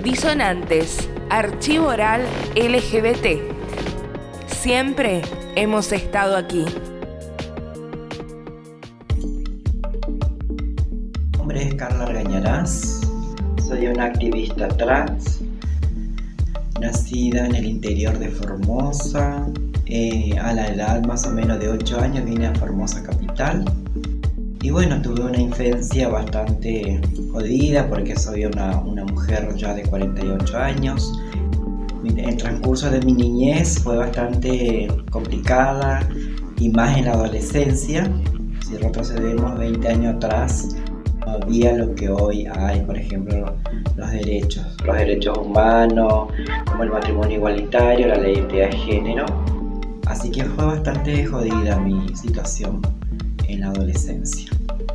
Disonantes, Archivo Oral LGBT. Siempre hemos estado aquí. Mi nombre es Carla Argañarás, soy una activista trans, nacida en el interior de Formosa. A la edad más o menos de 8 años vine a Formosa capital. Y bueno, tuve una infancia bastante jodida porque soy una mujer ya de 48 años. El transcurso de mi niñez fue bastante complicada y más en la adolescencia. Si retrocedemos 20 años atrás, no había lo que hoy hay, por ejemplo, los derechos humanos, como el matrimonio igualitario, la ley de identidad de género. Así que fue bastante jodida mi situación en la adolescencia.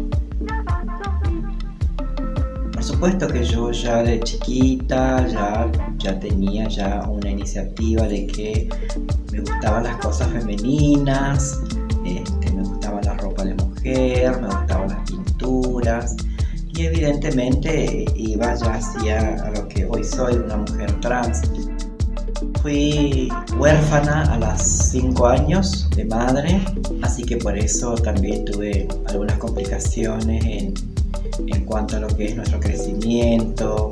Por supuesto que yo ya de chiquita ya tenía una iniciativa de que me gustaban las cosas femeninas, me gustaba la ropa de mujer, me gustaban las pinturas y evidentemente iba ya hacia a lo que hoy soy, una mujer trans. Fui huérfana a los 5 años de madre, así que por eso también tuve algunas complicaciones en cuanto a lo que es nuestro crecimiento.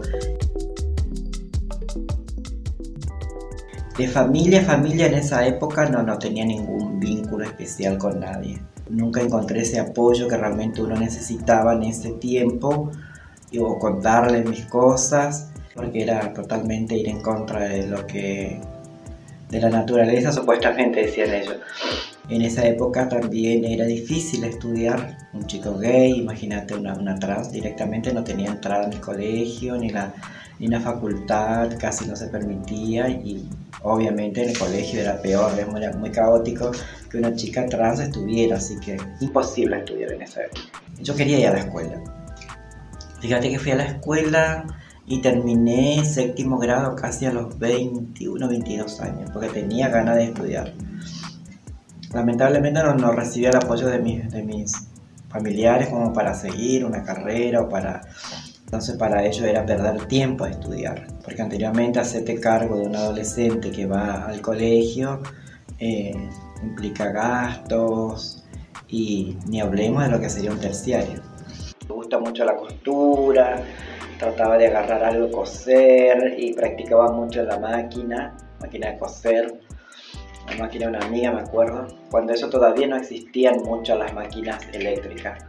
De familia en esa época no tenía ningún vínculo especial con nadie. Nunca encontré ese apoyo que realmente uno necesitaba en ese tiempo, o contarle mis cosas, porque era totalmente ir en contra de la naturaleza, supuestamente decían ellos. En esa época también era difícil estudiar. Un chico gay, imagínate una trans, directamente no tenía entrada en el colegio, ni la facultad, casi no se permitía, y obviamente en el colegio era peor, era muy caótico que una chica trans estuviera, así que imposible estudiar en esa época. Yo quería ir a la escuela. Fíjate que fui a la escuela y terminé 7º grado casi a los 21, 22 años, porque tenía ganas de estudiar. Lamentablemente no recibí el apoyo de mis familiares como para seguir una carrera entonces para ellos era perder tiempo a estudiar, porque anteriormente hacerte cargo de un adolescente que va al colegio implica gastos y ni hablemos de lo que sería un terciario. Me gusta mucho la costura, trataba de agarrar algo, coser, y practicaba mucho la máquina de coser. La máquina de una amiga, me acuerdo, cuando eso todavía no existían mucho las máquinas eléctricas.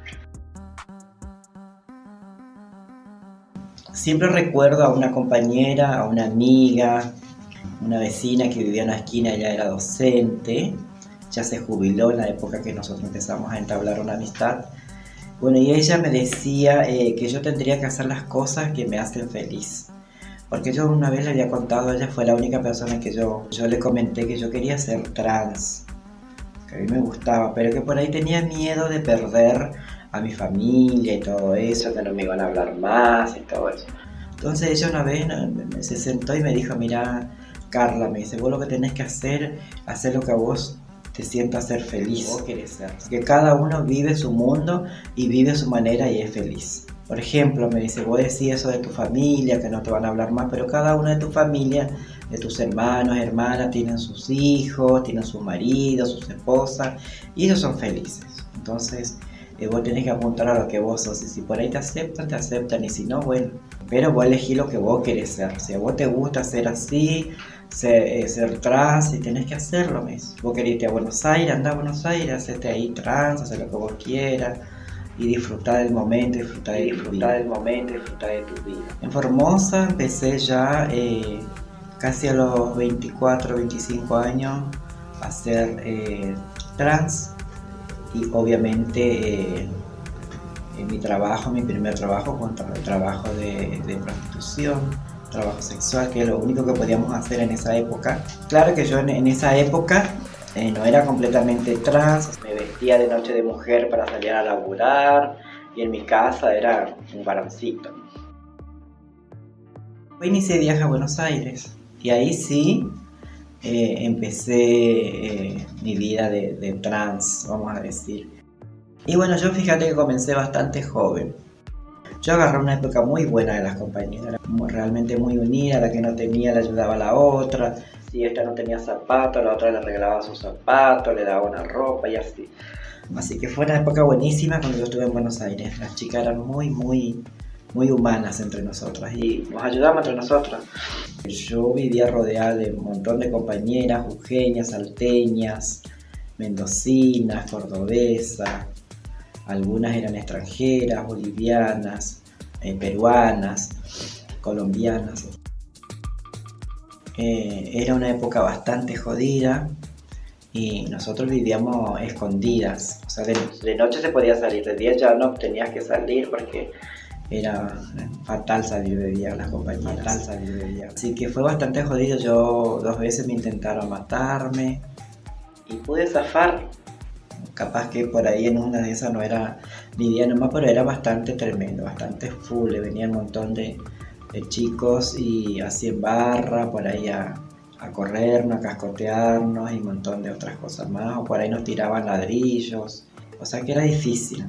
Siempre recuerdo a una compañera, a una amiga, una vecina que vivía en la esquina, ella era docente, ya se jubiló en la época que nosotros empezamos a entablar una amistad. Bueno, y ella me decía que yo tendría que hacer las cosas que me hacen feliz. Porque yo una vez le había contado, ella fue la única persona que yo le comenté que yo quería ser trans, que a mí me gustaba, pero que por ahí tenía miedo de perder a mi familia y todo eso, que no me iban a hablar más y todo eso. Entonces ella una vez se sentó y me dijo, mira, Carla, me dice, vos lo que tenés que hacer lo que a vos te sienta ser feliz. Vos querés ser. Que cada uno vive su mundo y vive su manera y es feliz. Por ejemplo, me dice, vos decís eso de tu familia, que no te van a hablar más, pero cada uno de tu familia, de tus hermanos, hermanas, tienen sus hijos, tienen sus maridos, sus esposas, y ellos son felices. Entonces, vos tenés que apuntar a lo que vos sos, y si por ahí te aceptan, y si no, bueno. Pero vos elegís lo que vos querés ser. Si a vos te gusta ser así, ser trans, y tenés que hacerlo mismo. Vos querés irte a Buenos Aires, andá a Buenos Aires, hacete ahí trans, hacer lo que vos quieras. Y disfrutar del momento, disfrutar de tu vida. En Formosa empecé ya casi a los 24, 25 años a ser trans, y obviamente mi primer trabajo fue un trabajo de prostitución, trabajo sexual, que es lo único que podíamos hacer en esa época. Claro que yo en esa época no era completamente trans, me vestía de noche de mujer para salir a laburar, y en mi casa era un varoncito. Inicié viaje a Buenos Aires, y ahí sí empecé mi vida de trans, vamos a decir. Y bueno, yo fíjate que comencé bastante joven. Yo agarré una época muy buena de las compañeras, realmente muy unida, la que no tenía le ayudaba a la otra, si esta no tenía zapatos, la otra le regalaba sus zapatos, le daba una ropa y así. Así que fue una época buenísima cuando yo estuve en Buenos Aires. Las chicas eran muy humanas entre nosotras y nos ayudábamos entre nosotras. Yo vivía rodeada de un montón de compañeras, jujeñas, salteñas, mendocinas, cordobesas, algunas eran extranjeras, bolivianas, peruanas, colombianas. Era una época bastante jodida y nosotros vivíamos escondidas. O sea, de noche se podía salir, de día ya no tenías que salir porque era fatal salir de día, las compañeras. Fatal salir de día. Así que fue bastante jodido. Yo 2 veces me intentaron matarme y pude zafar. Capaz que por ahí en una de esas no era mi día nomás, pero era bastante tremendo, bastante full. Le venían un montón de chicos y así en barra, por ahí a corrernos, a cascotearnos y un montón de otras cosas más. O por ahí nos tiraban ladrillos. O sea que era difícil.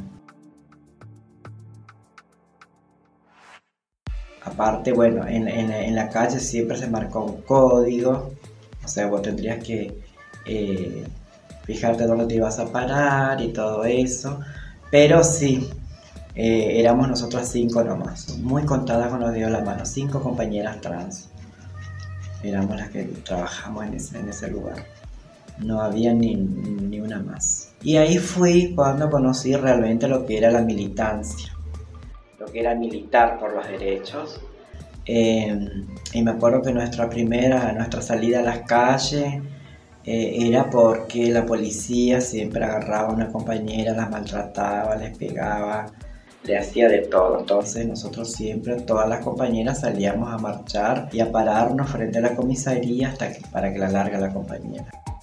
Aparte, bueno, en la calle siempre se marcó un código. O sea, vos tendrías que fijarte dónde te ibas a parar y todo eso. Pero sí, éramos nosotras 5 nomás. Muy contadas con los dedos de la mano. 5 compañeras trans. Éramos las que trabajamos en ese lugar. No había ni una más. Y ahí fui cuando conocí realmente lo que era la militancia. Lo que era militar por los derechos. Y me acuerdo que nuestra salida a las calles era porque la policía siempre agarraba a una compañera, las maltrataba, les pegaba, le hacía de todo. Entonces nosotros siempre, todas las compañeras salíamos a marchar y a pararnos frente a la comisaría para que la largue la compañera.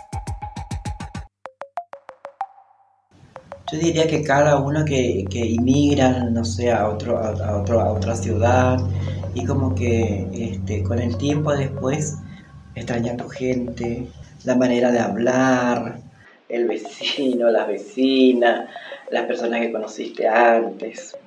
Yo diría que cada uno que inmigra, no sé, a otra ciudad y como que con el tiempo después extraña a tu gente, la manera de hablar, el vecino, las vecinas, las personas que conociste antes.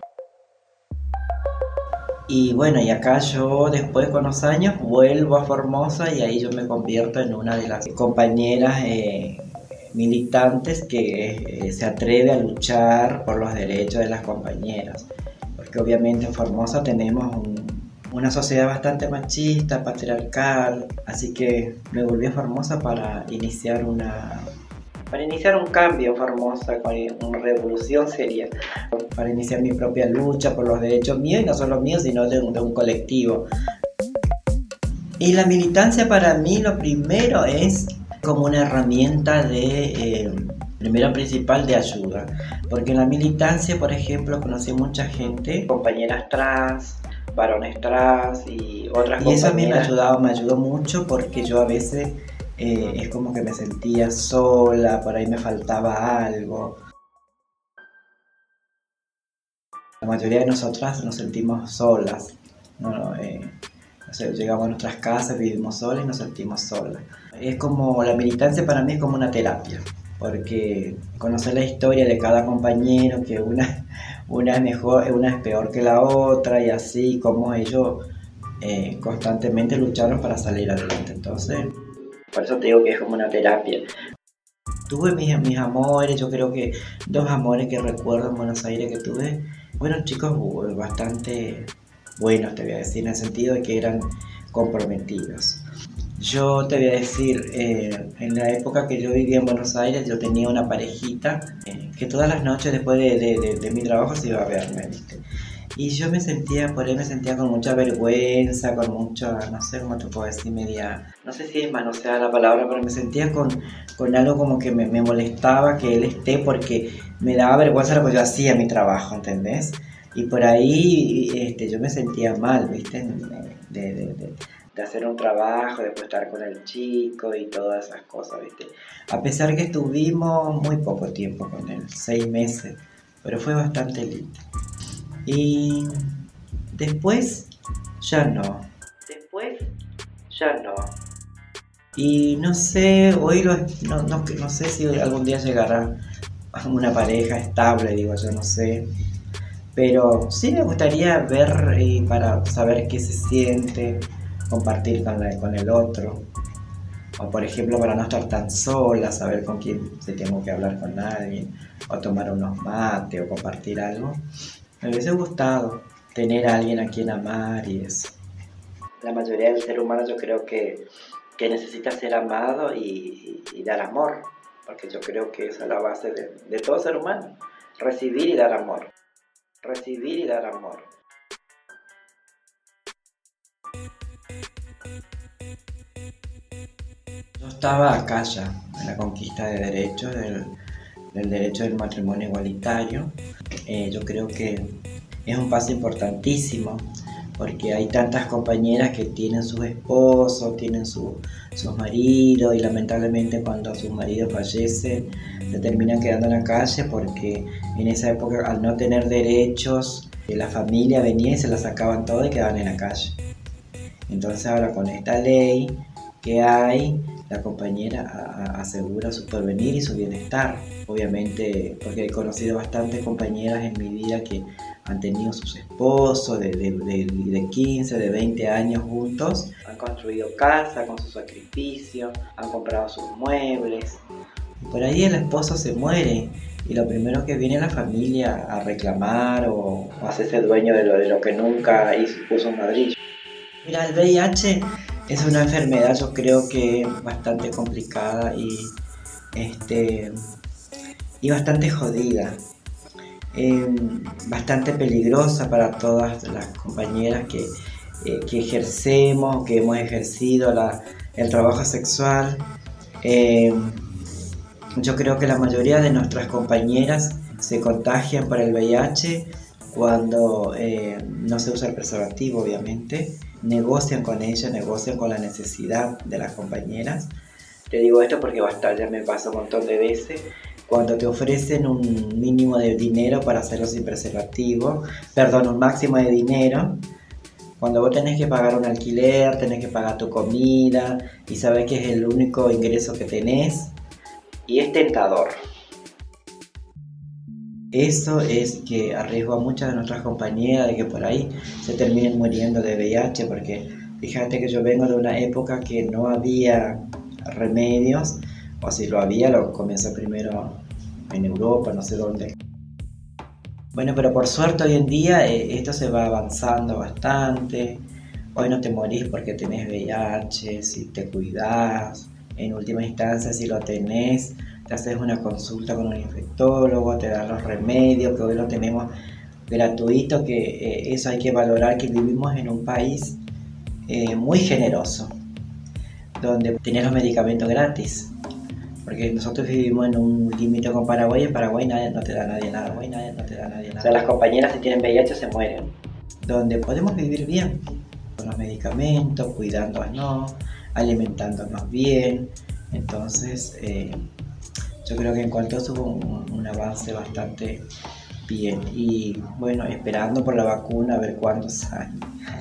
Y bueno, y acá yo después con los años vuelvo a Formosa y ahí yo me convierto en una de las compañeras militantes que se atreve a luchar por los derechos de las compañeras, porque obviamente en Formosa tenemos una sociedad bastante machista, patriarcal, así que me volví a Formosa para iniciar un cambio en Formosa, con una revolución seria, para iniciar mi propia lucha por los derechos míos, y no solo míos, sino de un colectivo. Y la militancia para mí lo primero es como una herramienta primero principal de ayuda, porque en la militancia, por ejemplo, conocí mucha gente, compañeras trans, varones trans y otras compañeras. Y eso a mí me ayudó mucho, porque yo a veces es como que me sentía sola, por ahí me faltaba algo. La mayoría de nosotras nos sentimos solas, ¿no? O sea, llegamos a nuestras casas, vivimos solas y nos sentimos solas. Es como, la militancia para mí es como una terapia, porque conocer la historia de cada compañero, que una es mejor, una es peor que la otra, y así como ellos constantemente lucharon para salir adelante. Entonces, por eso te digo que es como una terapia. Tuve mis amores, yo creo que 2 amores que recuerdo en Buenos Aires que tuve, fueron chicos bastante buenos, te voy a decir, en el sentido de que eran comprometidos. Yo te voy a decir, en la época que yo vivía en Buenos Aires, yo tenía una parejita que todas las noches después de mi trabajo se iba a verme, ¿viste? Y yo me sentía con mucha vergüenza, con mucho, no sé cómo te puedo decir, no sé si es manoseada la palabra, pero me sentía con algo como que me molestaba que él esté, porque me daba vergüenza lo que yo hacía en mi trabajo, ¿entendés? Y por ahí yo me sentía mal, ¿viste? De hacer un trabajo, después estar con el chico y todas esas cosas, ¿viste? A pesar que estuvimos muy poco tiempo con él, 6 meses, pero fue bastante lindo. Y después ya no. Y no sé, hoy no sé si algún día llegará a una pareja estable, digo yo, no sé. Pero sí me gustaría ver para saber qué se siente, compartir con el otro. O por ejemplo para no estar tan sola, saber con quién se tengo que hablar con alguien, o tomar unos mates, o compartir algo. Me hubiese gustado tener a alguien a quien amar y eso. La mayoría del ser humano yo creo que necesita ser amado y dar amor, porque yo creo que esa es la base de todo ser humano, recibir y dar amor, recibir y dar amor. Yo estaba acá ya, en la conquista de derechos, del derecho del matrimonio igualitario. Yo creo que es un paso importantísimo, porque hay tantas compañeras que tienen sus esposos, tienen sus maridos, y lamentablemente cuando sus maridos fallecen se terminan quedando en la calle, porque en esa época, al no tener derechos, la familia venía y se la sacaban todo y quedaban en la calle. Entonces ahora con esta ley que hay, la compañera asegura su porvenir y su bienestar. Obviamente, porque he conocido bastantes compañeras en mi vida que han tenido sus esposos de 15, de 20 años juntos, han construido casa con su sacrificio, han comprado sus muebles. Por ahí el esposo se muere y lo primero que viene la familia a reclamar o hacerse dueño de lo que nunca puso un ladrillo. Mira, el VIH es una enfermedad, yo creo que bastante complicada y bastante jodida, bastante peligrosa para todas las compañeras que ejercemos, que hemos ejercido el trabajo sexual. Yo creo que la mayoría de nuestras compañeras se contagian por el VIH cuando no se usa el preservativo, obviamente. Negocian con ella, negocian con la necesidad de las compañeras. Te digo esto porque ya me pasa un montón de veces. Cuando te ofrecen un mínimo de dinero para hacerlo sin preservativo, un máximo de dinero, cuando vos tenés que pagar un alquiler, tenés que pagar tu comida y sabés que es el único ingreso que tenés, y es tentador. Eso es que arriesgo a muchas de nuestras compañeras de que por ahí se terminen muriendo de VIH, porque fíjate que yo vengo de una época que no había remedios, o si lo había, lo comenzó primero en Europa, no sé dónde. Bueno, pero por suerte hoy en día esto se va avanzando bastante. Hoy no te morís porque tenés VIH, si te cuidás. En última instancia, si lo tenés, te haces una consulta con un infectólogo, te dan los remedios, que hoy lo tenemos gratuito, que eso hay que valorar, que vivimos en un país muy generoso, donde tenés los medicamentos gratis, porque nosotros vivimos en un límite con Paraguay, y en Paraguay no te da nadie nada, O sea, las compañeras si tienen VIH se mueren, donde podemos vivir bien, con los medicamentos, cuidándonos, alimentándonos bien. Entonces, yo creo que en cuanto a eso hubo un avance bastante bien. Y bueno, esperando por la vacuna a ver cuándo sale.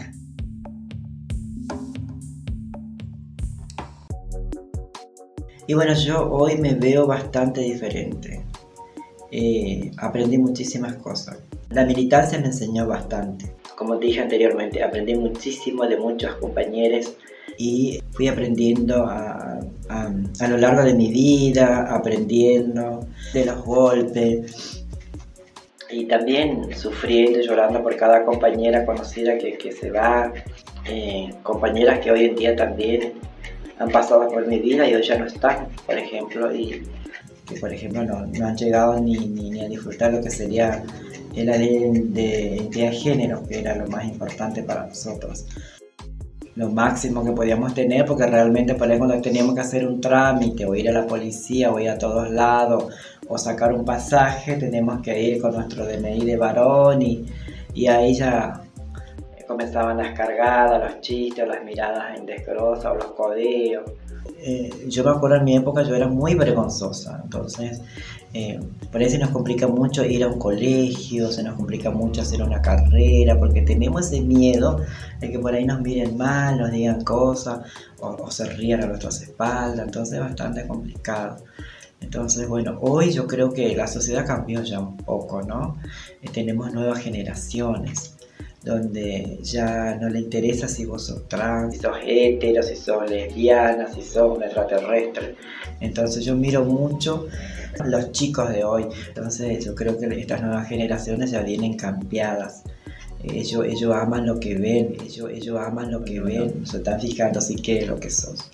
Y bueno, yo hoy me veo bastante diferente. Aprendí muchísimas cosas. La militancia me enseñó bastante. Como te dije anteriormente, aprendí muchísimo de muchos compañeros y fui aprendiendo a lo largo de mi vida, aprendiendo de los golpes y también sufriendo y llorando por cada compañera conocida que se va, compañeras que hoy en día también han pasado por mi vida y hoy ya no están, por ejemplo, y que por ejemplo no han llegado ni a disfrutar lo que sería la ley de identidad de género, que era lo más importante para nosotros. Lo máximo que podíamos tener, porque realmente por ahí cuando teníamos que hacer un trámite o ir a la policía o ir a todos lados o sacar un pasaje, tenemos que ir con nuestro DNI de varón y ahí ya comenzaban las cargadas, los chistes, las miradas indescorosas o los codeos. Yo me acuerdo en mi época yo era muy vergonzosa, entonces por ahí se nos complica mucho ir a un colegio, se nos complica mucho hacer una carrera, porque tenemos ese miedo de que por ahí nos miren mal, nos digan cosas o se rían a nuestras espaldas, entonces es bastante complicado. Entonces, bueno, hoy yo creo que la sociedad cambió ya un poco, ¿no? Tenemos nuevas generaciones donde ya no le interesa si vos sos trans, si sos hetero, si sos lesbiana, si sos un extraterrestre. Entonces yo miro mucho a los chicos de hoy. Entonces yo creo que estas nuevas generaciones ya vienen cambiadas. Ellos aman lo que ven, ellos aman lo que ven, se están fijando si qué es lo que sos.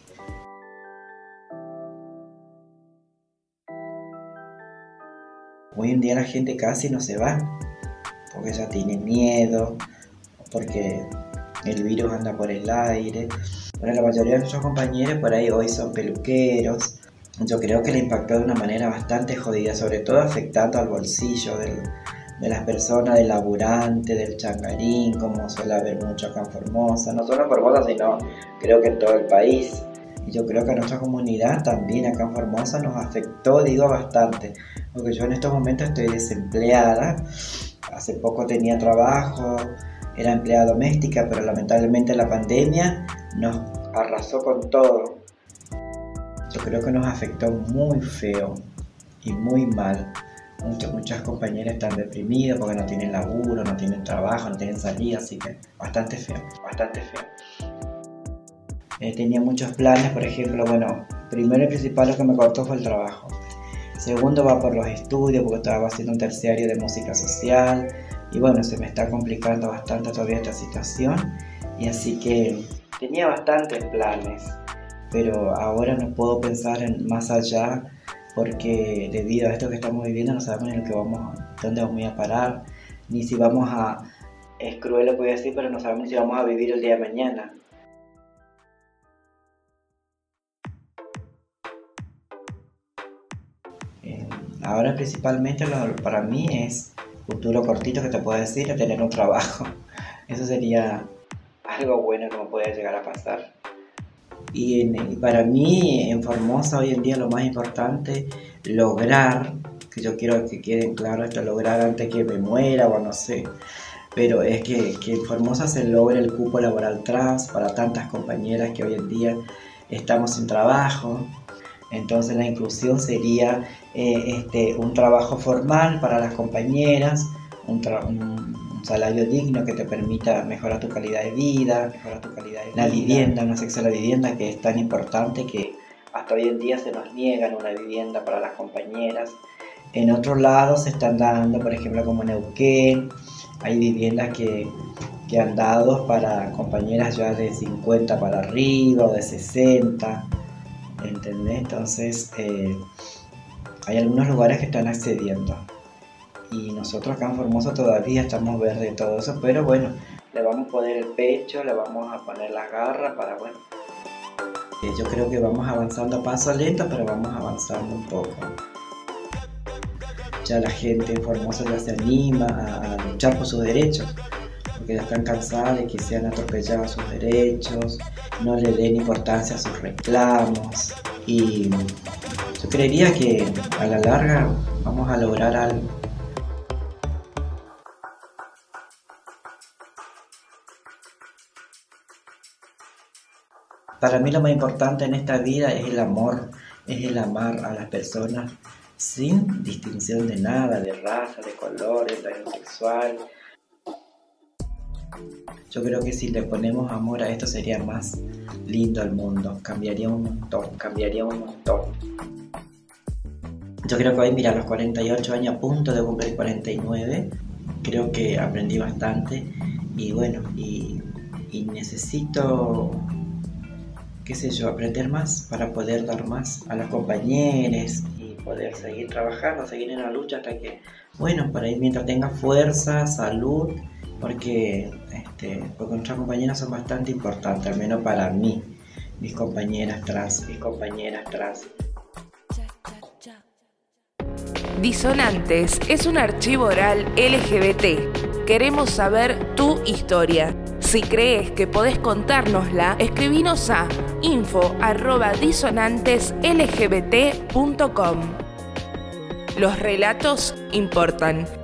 Hoy en día la gente casi no se va, porque ya tiene miedo, porque el virus anda por el aire. Bueno, la mayoría de nuestros compañeros por ahí hoy son peluqueros. Yo creo que le impactó de una manera bastante jodida, sobre todo afectando al bolsillo de las personas, del laburante, del changarín, como suele haber mucho acá en Formosa. No solo en Formosa, sino creo que en todo el país. Y yo creo que a nuestra comunidad también acá en Formosa nos afectó, bastante. Porque yo en estos momentos estoy desempleada. Hace poco tenía trabajo, era empleada doméstica, pero lamentablemente la pandemia nos arrasó con todo. Yo creo que nos afectó muy feo y muy mal. Muchas compañeras están deprimidas porque no tienen laburo, no tienen trabajo, no tienen salida, así que bastante feo. Tenía muchos planes, por ejemplo, bueno, primero y principal lo que me cortó fue el trabajo. Segundo va por los estudios, porque estaba haciendo un terciario de música social. Y bueno, se me está complicando bastante todavía esta situación. Y así que tenía bastantes planes, pero ahora no puedo pensar en más allá, porque debido a esto que estamos viviendo no sabemos en dónde vamos a parar, ni si vamos a... Es cruel lo que voy a decir, pero no sabemos si vamos a vivir el día de mañana. Ahora principalmente para mí es futuro cortito que te puedo decir, es tener un trabajo. Eso sería algo bueno que me puede llegar a pasar. Y para mí en Formosa hoy en día lo más importante, lograr, que yo quiero que queden claro esto, lograr antes que me muera o no sé, pero es que en Formosa se logre el cupo laboral trans para tantas compañeras que hoy en día estamos sin trabajo. Entonces la inclusión sería un trabajo formal para las compañeras, un salario digno que te permita mejorar tu calidad de vida, la vivienda, un acceso a la vivienda que es tan importante que hasta hoy en día se nos niegan una vivienda para las compañeras. En otros lados se están dando, por ejemplo como en Neuquén, hay viviendas que han dado para compañeras ya de 50 para arriba o de 60. ¿Entendés? Entonces hay algunos lugares que están accediendo y nosotros acá en Formosa todavía estamos verdes de todo eso, pero bueno, le vamos a poner el pecho, le vamos a poner las garras para, bueno, yo creo que vamos avanzando a paso lento, pero vamos avanzando un poco. Ya la gente en Formosa ya se anima a luchar por sus derechos, porque ya están cansadas de que sean atropellados sus derechos, no le den importancia a sus reclamos, y yo creería que a la larga vamos a lograr algo. Para mí lo más importante en esta vida es el amor, es el amar a las personas sin distinción de nada, de raza, de color, de orientación sexual. Yo creo que si le ponemos amor a esto sería más lindo el mundo, cambiaría un montón. Yo creo que hoy, mira, a los 48 años, a punto de cumplir 49, creo que aprendí bastante y bueno, y necesito, qué sé yo, aprender más para poder dar más a los compañeros y poder seguir trabajando, seguir en la lucha hasta que, bueno, por ahí mientras tenga fuerza, salud, porque nuestras compañeras son bastante importantes, al menos para mí, mis compañeras trans. Disonantes es un archivo oral LGBT. Queremos saber tu historia. Si crees que podés contárnosla, escribinos a info@disonanteslgbt.com. Los relatos importan.